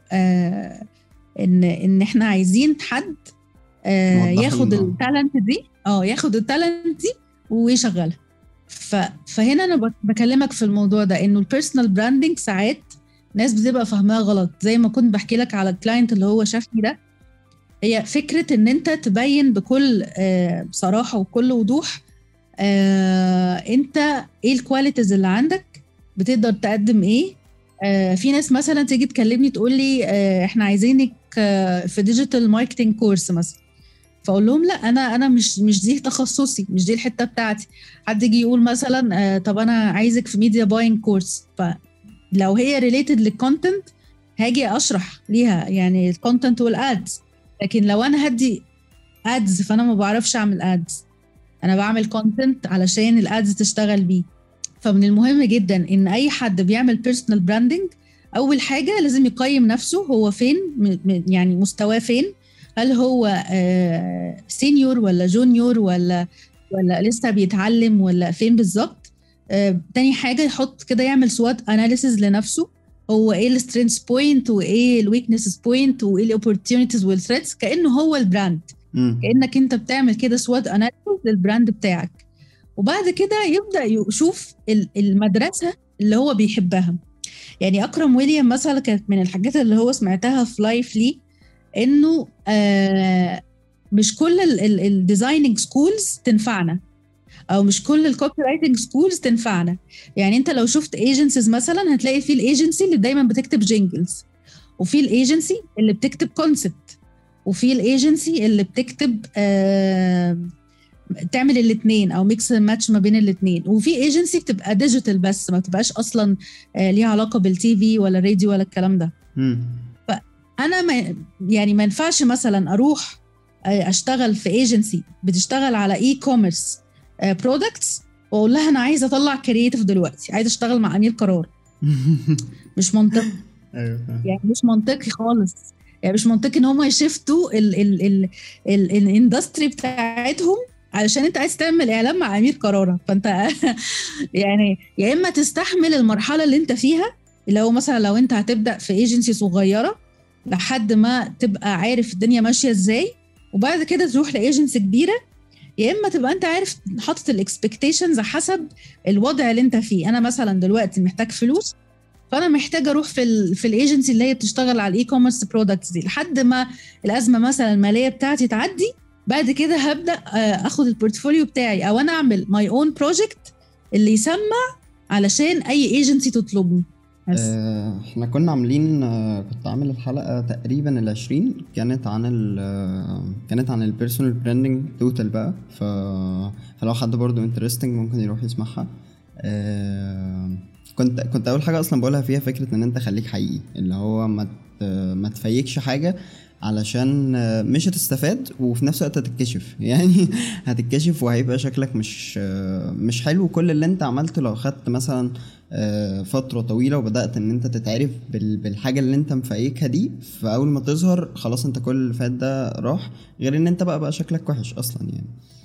ان احنا عايزين حد ياخد التالنت دي ويشغلها. فهنا انا بكلمك في الموضوع ده، انه البيرسونال براندنج ساعات ناس بتبقى فاهمها غلط. زي ما كنت بحكي لك على الكلاينت اللي هو شافني ده، هي فكرة ان انت تبين بكل صراحة وكل وضوح انت ايه الكواليتيز اللي عندك، بتقدر تقدم ايه. في ناس مثلا تيجي تكلمني تقول لي احنا عايزينك في ديجيتال ماركتنج كورس مثلا، فاقول لهم لا انا مش دي تخصصي، مش دي الحته بتاعتي. حد يجي يقول مثلا طب انا عايزك في ميديا باينج كورس، فلو هي ريليتد للكونتنت هاجي اشرح ليها يعني الكونتنت والادز. لكن لو انا هدي ادز فانا ما بعرفش اعمل ادز، انا بعمل كونتنت علشان الادز تشتغل بيه. فمن المهم جدا ان اي حد بيعمل بيرسونال براندنج اول حاجه لازم يقيم نفسه هو فين، يعني مستواه فين، هل هو سينيور ولا جونيور ولا لسه بيتعلم ولا فين بالظبط. تاني حاجه يحط كده، يعمل سوات اناليسيز لنفسه، هو ايه السترينث بوينت وايه الويكنسز بوينت وايه الاوبورتيونيتيز والثريتس، كانه هو البراند. كانك انت بتعمل كده سوات اناليسيز للبراند بتاعك، وبعد كده يبدا يشوف المدرسه اللي هو بيحبها. يعني اكرم ويليام مثلا كانت من الحاجات اللي هو سمعتها في لايف لي انه مش كل الديزايننج سكولز تنفعنا، او مش كل الكوبي رايتنج سكولز تنفعنا. يعني انت لو شفت ايجنسيز مثلا هتلاقي في الايجنسي اللي دايما بتكتب جينجلز، وفي الايجنسي اللي بتكتب كونسبت، وفي الايجنسي اللي بتكتب تعمل الاثنين او ميكس ماتش ما بين الاثنين، وفي ايجنسي بتبقى ديجيتال بس ما بتبقاش اصلا ليها علاقه بالتي في ولا راديو ولا الكلام ده. فانا ما ينفعش مثلا اروح اشتغل في ايجنسي بتشتغل على اي كوميرس برودكتس واقول لها انا عايزه اطلع كرييتيف دلوقتي، عايزه اشتغل مع امير قرار. مش منطقي. يعني مش منطقي خالص. يعني مش منطقي ان هم يشفتوا الاندستري بتاعتهم علشان انت عايز تعمل اعلان مع امير قرارة. فانت يعني يا اما تستحمل المرحله اللي انت فيها، اللي هو مثلا لو انت هتبدا في ايجنسي صغيره لحد ما تبقى عارف الدنيا ماشيه ازاي، وبعد كده تروح لايجنسي كبيره، يا اما تبقى انت عارف حاطط الاكسبكتيشنز حسب الوضع اللي انت فيه. انا مثلا دلوقتي محتاج فلوس، فانا محتاجه اروح في الايجنسي اللي هي بتشتغل على الاي كوميرس برودكتس دي لحد ما الازمه مثلا الماليه بتاعتي تعدي. بعد كده هبدا اخد البورتفوليو بتاعي، او انا اعمل ماي اون بروجكت اللي يسمع علشان اي ايجنسي تطلبني. احنا كنا عاملين كنت عامل الحلقة تقريبا 20 كانت عن البيرسونال براندنج توتال بقى. فلو حد برضو انترستنج ممكن يروح يسمعها. كنت اول حاجة اصلا بقولها فيها فكرة ان انت خليك حقيقي، اللي هو ما تفيكش حاجة علشان مش هتستفاد وفي نفس الوقت هتتكشف يعني هتتكشف وهيبقى شكلك مش حلو. كل اللي انت عملته لو خدت مثلا فترة طويلة وبدأت ان انت تتعرف بالحاجة اللي انت مفايكها دي، فاول ما تظهر خلاص انت كل اللي فات ده راح، غير ان انت بقى شكلك وحش اصلا يعني.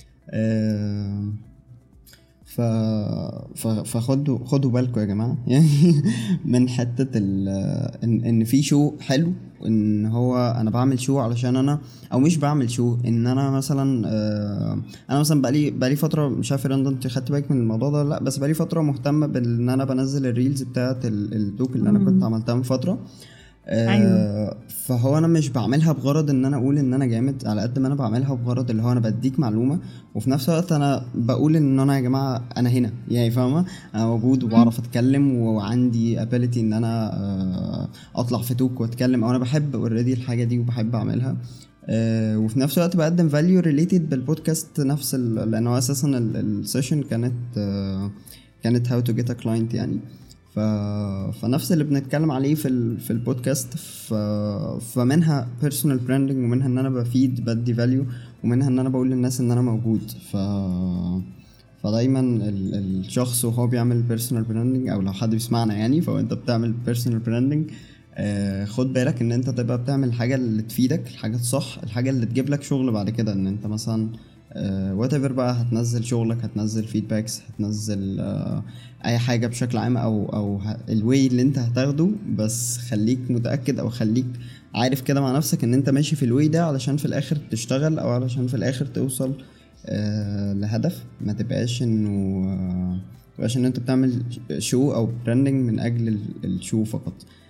فخدوا بالكم يا جماعه يعني من حته ان في شو حلو، ان هو انا بعمل شو علشان انا، او مش بعمل شو ان انا مثلا انا مثلا بقالي فتره، مش عارف رندا انت خدت بالك من الموضوع ده لا، بس بقالي فتره مهتمه بان انا بنزل الريلز بتاعه التوك اللي انا كنت عملتها من فتره. أيوة. فهو انا مش بعملها بغرض ان انا اقول ان انا جامد، على قد ما انا بعملها بغرض اللي هو انا بديك معلومه، وفي نفس الوقت انا بقول ان انا يا جماعه انا هنا يعني، فاهمه؟ انا موجود وبعرف اتكلم وعندي ability ان انا اطلع في توك واتكلم، او انا بحب اوريدي الحاجه دي وبحب اعملها. وفي نفس الوقت بقدم value related بالبودكاست نفس لانه اساسا السيشن كانت how to get a client يعني. فنفس اللي بنتكلم عليه في البودكاست. فمنها personal branding، ومنها ان انا بدي value، ومنها ان انا بقول للناس ان انا موجود. فدايما الشخص وهو بيعمل personal branding، او لو حد بيسمعنا يعني، فهو انت بتعمل personal branding خد بالك ان انت تبقى بتعمل الحاجة اللي تفيدك، الحاجة الصح، الحاجة اللي تجيب لك شغل بعد كده. ان انت مثلا whatever بقى، هتنزل شغلك، هتنزل فيدباكس، هتنزل اي حاجة بشكل عام، او الواي اللي انت هتاخده، بس خليك متأكد او خليك عارف كده مع نفسك ان انت ماشي في الواي ده علشان في الاخر تشتغل، او علشان في الاخر توصل لهدف. ما تبقاش انه انت بتعمل شو او براندنج من اجل الشو فقط.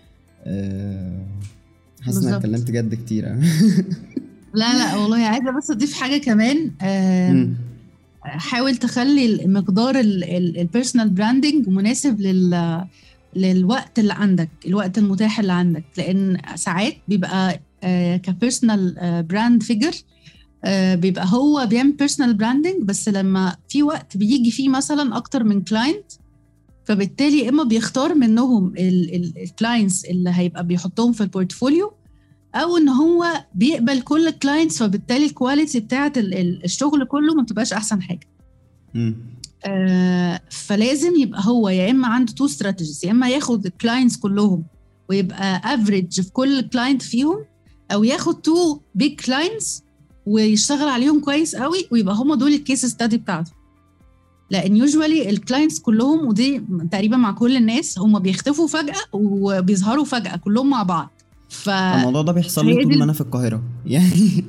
حاسس ان انا اتكلمت جد كتير لا والله عايزه بس اضيف حاجه كمان. حاول تخلي مقدار البيرسونال براندنج مناسب للوقت اللي عندك، الوقت المتاح اللي عندك، لان ساعات بيبقى كبيرسونال براند فيجر بيبقى هو بيعمل بيرسونال براندنج، بس لما في وقت بيجي فيه مثلا اكتر من كلاينت، فبالتالي اما بيختار منهم الكلاينتس اللي هيبقى بيحطهم في البورتفوليو، او ان هو بيقبل كل الكلاينتس، فبالتالي الكواليتي بتاعه الشغل كله ما بتبقاش احسن حاجه. فلازم يبقى هو يا اما عنده تو استراتيجيز، يا اما ياخد الكلاينتس كلهم ويبقى افريج في كل كلاينت فيهم، او ياخد تو بيج كلاينتس ويشتغل عليهم كويس قوي ويبقى هم دول الكيس ستادي بتاعته. لان يوجوالي الكلاينتس كلهم، ودي تقريبا مع كل الناس، هم بيختفوا فجأة وبيظهروا فجأة كلهم مع بعض. الموضوع ده بيحصل لي طول ما انا في القاهره يعني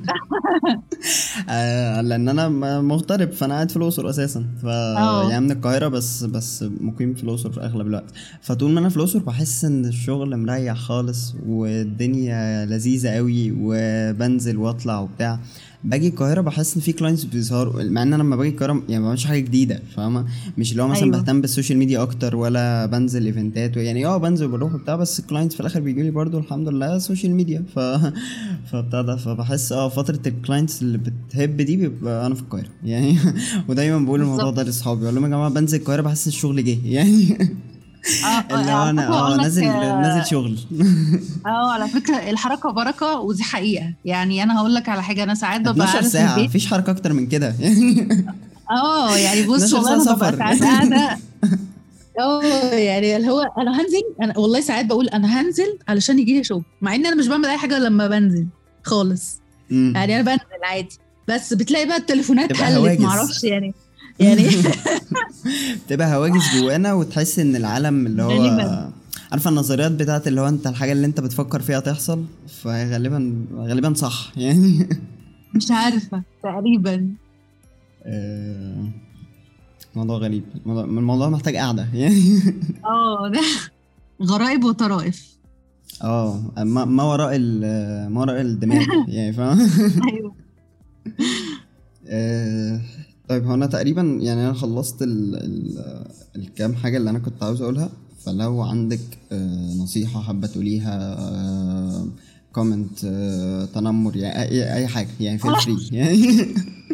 لان انا مغترب، فانا قاعد في الاقصر اساسا، يعني من القاهره بس مقيم في الاقصر في اغلب الوقت. فطول ما انا في الاقصر بحس ان الشغل مريح خالص والدنيا لذيذه قوي، وبنزل واطلع وبتاع. باجي القاهره بحس ان في كلاينتس بيظهروا، مع ان انا لما باجي القاهره يعني ما بعملش حاجه جديده، فاهمه؟ مش اللي هو مثلا بهتم بالسوشيال ميديا اكتر، ولا بنزل ايفنتات يعني بنزل وبروح وبتاع، بس الكلاينتس في الاخر بيجوا لي برضو الحمد لله سوشيال ميديا. فبتاع ده، فبحس فتره الكلاينتس اللي بتهب دي بيبقى انا في القاهره يعني ودايما بقول الموضوع ده لاصحابي، اقول لهم يا جماعه بنزل القاهره بحس الشغل جه يعني اللي هو انا نازل شغل على فكره الحركه بركه، ودي حقيقه يعني. انا هقول لك على حاجه، انا ساعات ببقى 12 ساعه مفيش حركه اكتر من كده يعني بص والله انا ببقى ساعات قاعده يعني اللي هو انا هنزل، انا والله ساعات بقول انا هنزل علشان يجي لي شغل، مع ان انا مش بعمل اي حاجه لما بنزل خالص. يعني انا بنزل عادي، بس بتلاقي بقى التليفونات هلت، معرفش يعني تبقى هواجس جوانا، وتحس ان العالم اللي هو عارفه النظريات بتاعت اللي هو انت الحاجه اللي انت بتفكر فيها تحصل، فغالبا صح يعني مش عارفه تقريبا. موضوع غريب، الموضوع محتاج قعدة يعني. ده غرائب وطرائف. ما وراء الدماغ يعني، فاهم؟ ايوه. طيب هو انا تقريبا يعني انا خلصت الكام حاجة اللي انا كنت عاوز اقولها. فلو عندك نصيحة حابة تقوليها، كومنت، تنمر، يعني اي حاجة يعني feel free يعني.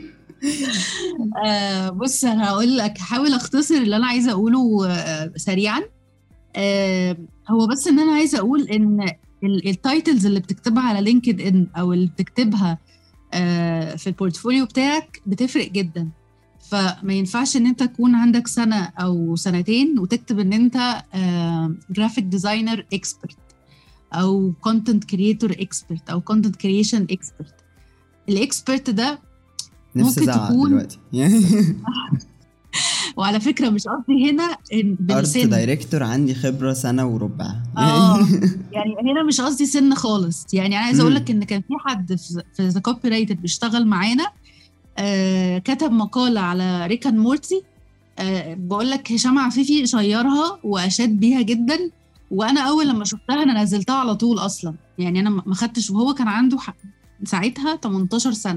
بص انا هقول لك، هحاول اختصر اللي انا عايزه اقوله سريعا. هو بس ان انا عايزه اقول ان التايتلز اللي بتكتبها على لينكد ان او اللي بتكتبها في البورتفوليو بتاعك بتفرق جدا. فما ينفعش ان انت تكون عندك سنه او سنتين وتكتب ان انت جرافيك ديزاينر اكسبرت او كونتنت كريتور اكسبرت او كونتنت كرييشن اكسبرت. الاكسبرت ده نفسي ممكن تكون دلوقتي يعني. وعلى فكره مش قصدي هنا ارت بالسن. دايركتور عندي خبرة سنة وربع يعني هنا مش قصدي سن خالص. يعني انا عايزه اقول لك ان كان في حد في ذا كوبي رايتر بيشتغل معانا، كتب مقاله على ريك اند مورتي. بقول لك هشام عفيفي شيرها واشاد بيها جدا، وانا اول لما شفتها انا نزلتها على طول اصلا. يعني انا ما خدتش، وهو كان عنده ساعتها 18 سنه.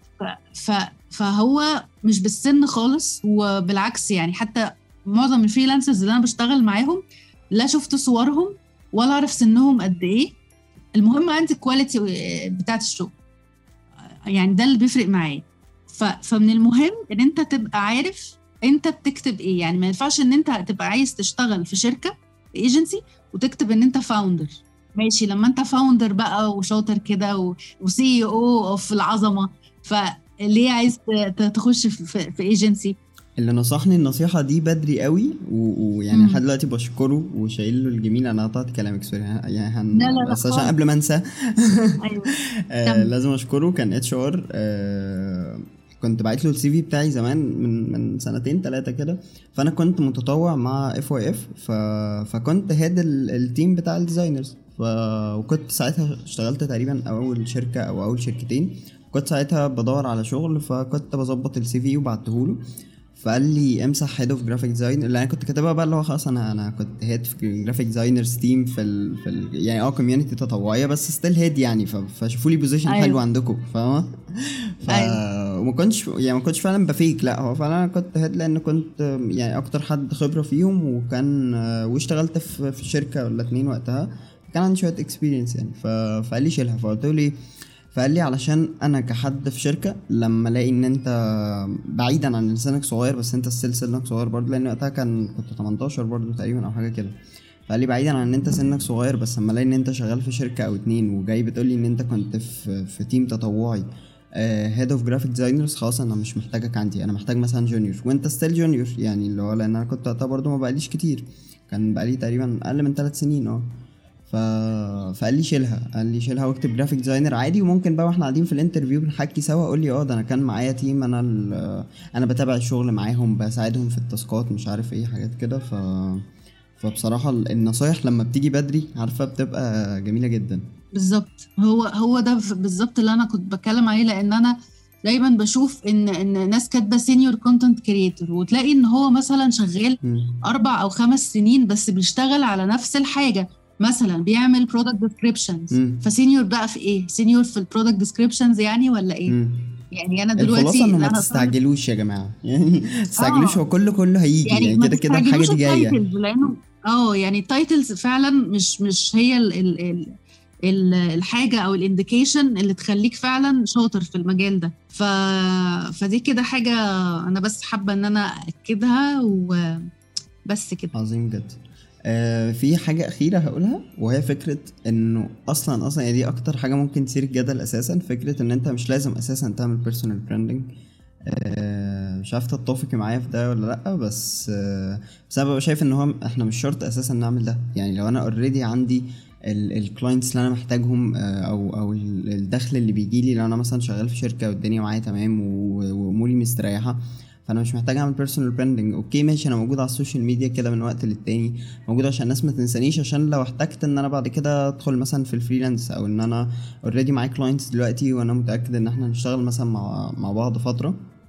فهو مش بالسن خالص، وبالعكس يعني حتى معظم الفريلانسرز اللي انا بشتغل معاهم لا شفت صورهم ولا اعرف سنهم قد ايه. المهم عندي الكواليتي بتاعت الشغل، يعني ده اللي بيفرق معايا. فمن المهم ان انت تبقى عارف انت بتكتب ايه. يعني ما ينفعش ان انت تبقى عايز تشتغل في شركه في ايجنسي وتكتب ان انت فاوندر. ماشي لما انت فاوندر بقى وشاطر كده وسي او اوف العظمه، فليه عايز تخش في ايجنسي؟ اللي نصحني النصيحة دي بدري قوي ويعني لحد دلوقتي بشكره وشايل له الجميل. انا قطعت كلامك سوري يعني لا بس عشان خالص. قبل ما انسى. ايوه لازم اشكره. كان اتش ار، كنت بعت له السي في بتاعي زمان من سنتين 3 كده. فانا كنت متطوع مع اف واي اف، فكنت هيد التيم بتاع الديزاينرز. وكنت ساعتها اشتغلت تقريبا اول شركة او اول شركتين. كنت ساعتها بدور على شغل، فكنت بظبط السي في وبعته له. فقال لي امسح هيد اوف جرافيك ديزاين اللي انا كنت كاتبها بقى، اللي هو خلاص انا كنت هيد في جرافيك ديزاينرز تيم يعني كوميونتي تطوعيه بس ستيل هيد يعني. فشوفوا لي بوزيشن حلو عندكم، فاهمه؟ وما كنتش فعلا بفيك، لا هو فعلا انا كنت هيد لان كنت يعني اكتر حد خبره فيهم، وكان واشتغلت في شركه ولا 2 وقتها، كان عندي شويه اكسبيرينس يعني. فقال لي شيلها. فقلت له فقال لي علشان انا كحد في شركه لما الاقي ان انت بعيدا عن لسانك صغير بس انت سنك صغير برضه، لان وقتها كنت 18 برضه تقريبا او حاجه كده. فقال لي بعيدا عن ان انت سنك صغير، بس لما الاقي ان انت شغال في شركه او 2 وجاي بتقول لي ان انت كنت في تيم تطوعي هيد اوف جرافيك ديزاينرز، خلاص انا مش محتاجك عندي، انا محتاج مثلا جونيور وانت ستيل جونيور يعني، اللي هو لان انا كنت وقتها برضه ما بقاليش كتير، كان بقالي تقريبا اقل من 3 سنين. فقال لي شيلها واكتب جرافيك ديزاينر عادي. وممكن بقى واحنا قاعدين في الانترفيو بنحكي سوا اقول لي ده انا كان معايا تيم، انا بتابع الشغل معاهم، بساعدهم في التاسكات، مش عارف ايه حاجات كده. فبصراحة النصايح لما بتيجي بدري عارفة بتبقى جميلة جدا. بالظبط. هو ده بالظبط اللي انا كنت بتكلم عليه. لان انا دايما بشوف ان ناس كاتبه سينيور كونتنت كريتور، وتلاقي ان هو مثلا شغال 4 أو 5 سنين بس بيشتغل على نفس الحاجه. مثلا بيعمل برودكت ديسكريبشنز، فسينيور بقى في ايه؟ سينيور في البرودكت ديسكريبشنز يعني ولا ايه؟ يعني انا دلوقتي الخلاصه انه ما تستعجلوش يا جماعه يعني. ما تستعجلوش، هو كله هيجي يعني كده الحاجه دي جايه. لانه يعني التايتلز فعلا مش هي الحاجه او الانديكيشن اللي تخليك فعلا شاطر في المجال ده. فدي كده حاجه انا بس حابه ان انا اكدها وبس كده. عظيم جدا. في حاجة أخيرة هقولها، وهي فكرة إنه أصلا يعني دي أكتر حاجة ممكن تثير الجدل أساسا، فكرة إن أنت مش لازم أساسا تعمل بيرسونال براندنج. مش عارف تتفقي معايا في ده ولا لأ، بس أنا ببقى شايف إن هو إحنا مش شرط أساسا نعمل ده. يعني لو أنا أوريدي عندي الكلاينتس اللي أنا محتاجهم، أو الدخل اللي بيجيلي، لو أنا مثلا شغال في شركة والدنيا معايا تمام وأموري مستريحة، فانا مش محتاج اعمل بيرسونال براندنج. اوكي ماشي، انا موجود على السوشيال ميديا كده من وقت للتاني، موجود عشان الناس ما تنسانيش، عشان لو احتجت ان انا بعد كده ادخل مثلا في الفريلانس، او ان انا اوريدي معايا كلاينتس دلوقتي وانا متاكد ان احنا هنشتغل مثلا مع بعض فتره،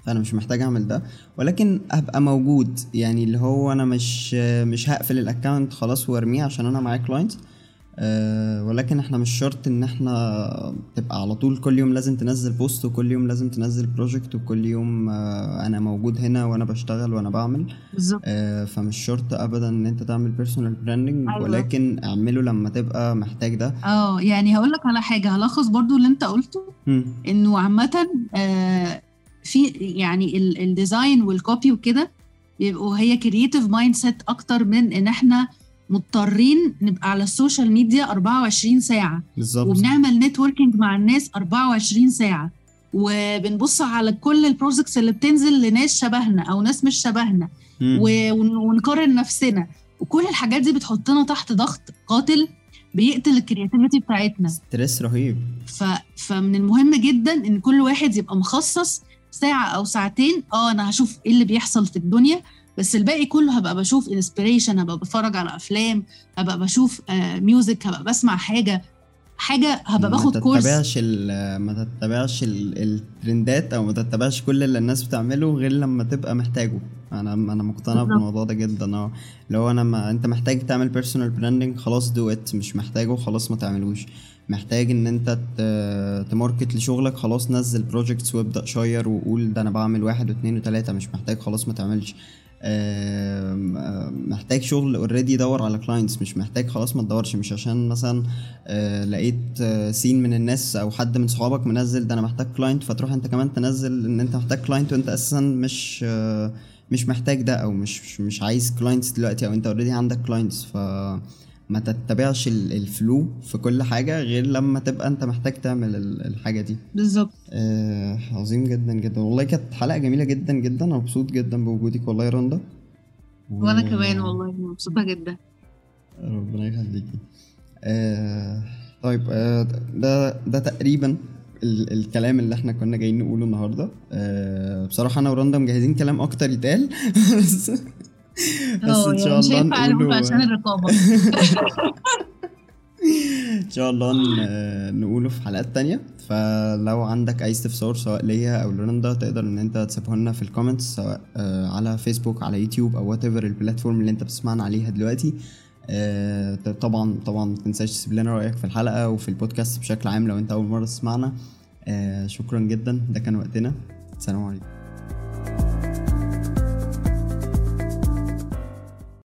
فانا مش محتاج اعمل ده، ولكن ابقى موجود. يعني اللي هو انا مش هقفل الاكونت خلاص وارميه عشان انا معايا كلاينت. ولكن احنا مش شرط ان احنا تبقى على طول كل يوم لازم تنزل بوست، وكل يوم لازم تنزل بروجكت، وكل يوم انا موجود هنا وانا بشتغل وانا بعمل. بالظبط. فمش شرط ابدا ان انت تعمل بيرسونال براندنج، ايوه. ولكن اعمله لما تبقى محتاج ده. يعني هقول لك على حاجه، هلخص برضو اللي انت قلته. مم. انه عامه في يعني الديزاين والكوبي وكده بيبقوا هي كرييتيف مايند سيت اكتر من ان احنا مضطرين نبقى على السوشيال ميديا 24 ساعه بالظبط. وبنعمل نتوركينج مع الناس 24 ساعه، وبنبص على كل البروجكتس اللي بتنزل لناس شبهنا او ناس مش شبهنا، ونقارن نفسنا، وكل الحاجات دي بتحطنا تحت ضغط قاتل بيقتل الكرياتيفيتي بتاعتنا. ستريس رهيب. فمن المهم جدا ان كل واحد يبقى مخصص ساعة او ساعتين. انا هشوف ايه اللي بيحصل في الدنيا، بس الباقي كله هبقى بشوف انسبيريشن، هبقى بتفرج على افلام، هبقى بشوف ميوزك، هبقى بسمع حاجة هبقى باخد كورس. ما تتبعش الترندات، او ما تتبعش كل اللي الناس بتعمله غير لما تبقى محتاجه. انا مقتنع بالموضوع ده جدا. لو انت محتاج تعمل بيرسونال براندنج، خلاص دو ات. مش محتاجه، خلاص ما تعملوش. محتاج ان انت تماركت لشغلك، خلاص نزل بروجكتس وابدأ شير وقول ده انا بعمل 1 و2 و3. مش محتاج، خلاص ما تعملش. محتاج شغل اوريدي، دور على كلاينتس. مش محتاج، خلاص ما تدورش. مش عشان مثلا لقيت سين من الناس او حد من صحابك منزل ده انا محتاج كلاينت، فتروح انت كمان تنزل ان انت محتاج كلاينت، وانت اساسا مش محتاج ده، او مش عايز كلاينتس دلوقتي، او انت اوريدي عندك كلاينتس. ما تتبعش الفلو في كل حاجة غير لما تبقى انت محتاج تعمل الحاجة دي. بالظبط. عظيم جدا جدا والله. كانت حلقة جميلة جدا جدا. انا مبسوط جدا بوجودك والله يا رندا. وانا كمان والله مبسوطة جدا. ربنا يخليكي. طيب، ده تقريبا الكلام اللي احنا كنا جايين نقوله النهارده. بصراحة انا ورندا مجهزين كلام اكتر يتقال. بس ان شاء الله نقوله عشان الرقابة. ان شاء الله نقوله في حلقات تانية. فلو عندك اي استفسار سواء ليا او لرندا، تقدر ان انت تسيبه لنا في الكومنتس، سواء على فيسبوك، على يوتيوب، او whatever البلاتفورم اللي انت بتسمعنا عليها دلوقتي. طبعا ما تنساش تسيب لنا رايك في الحلقة وفي البودكاست بشكل عام لو انت اول مرة تسمعنا. شكرا جدا، ده كان وقتنا. السلام عليكم.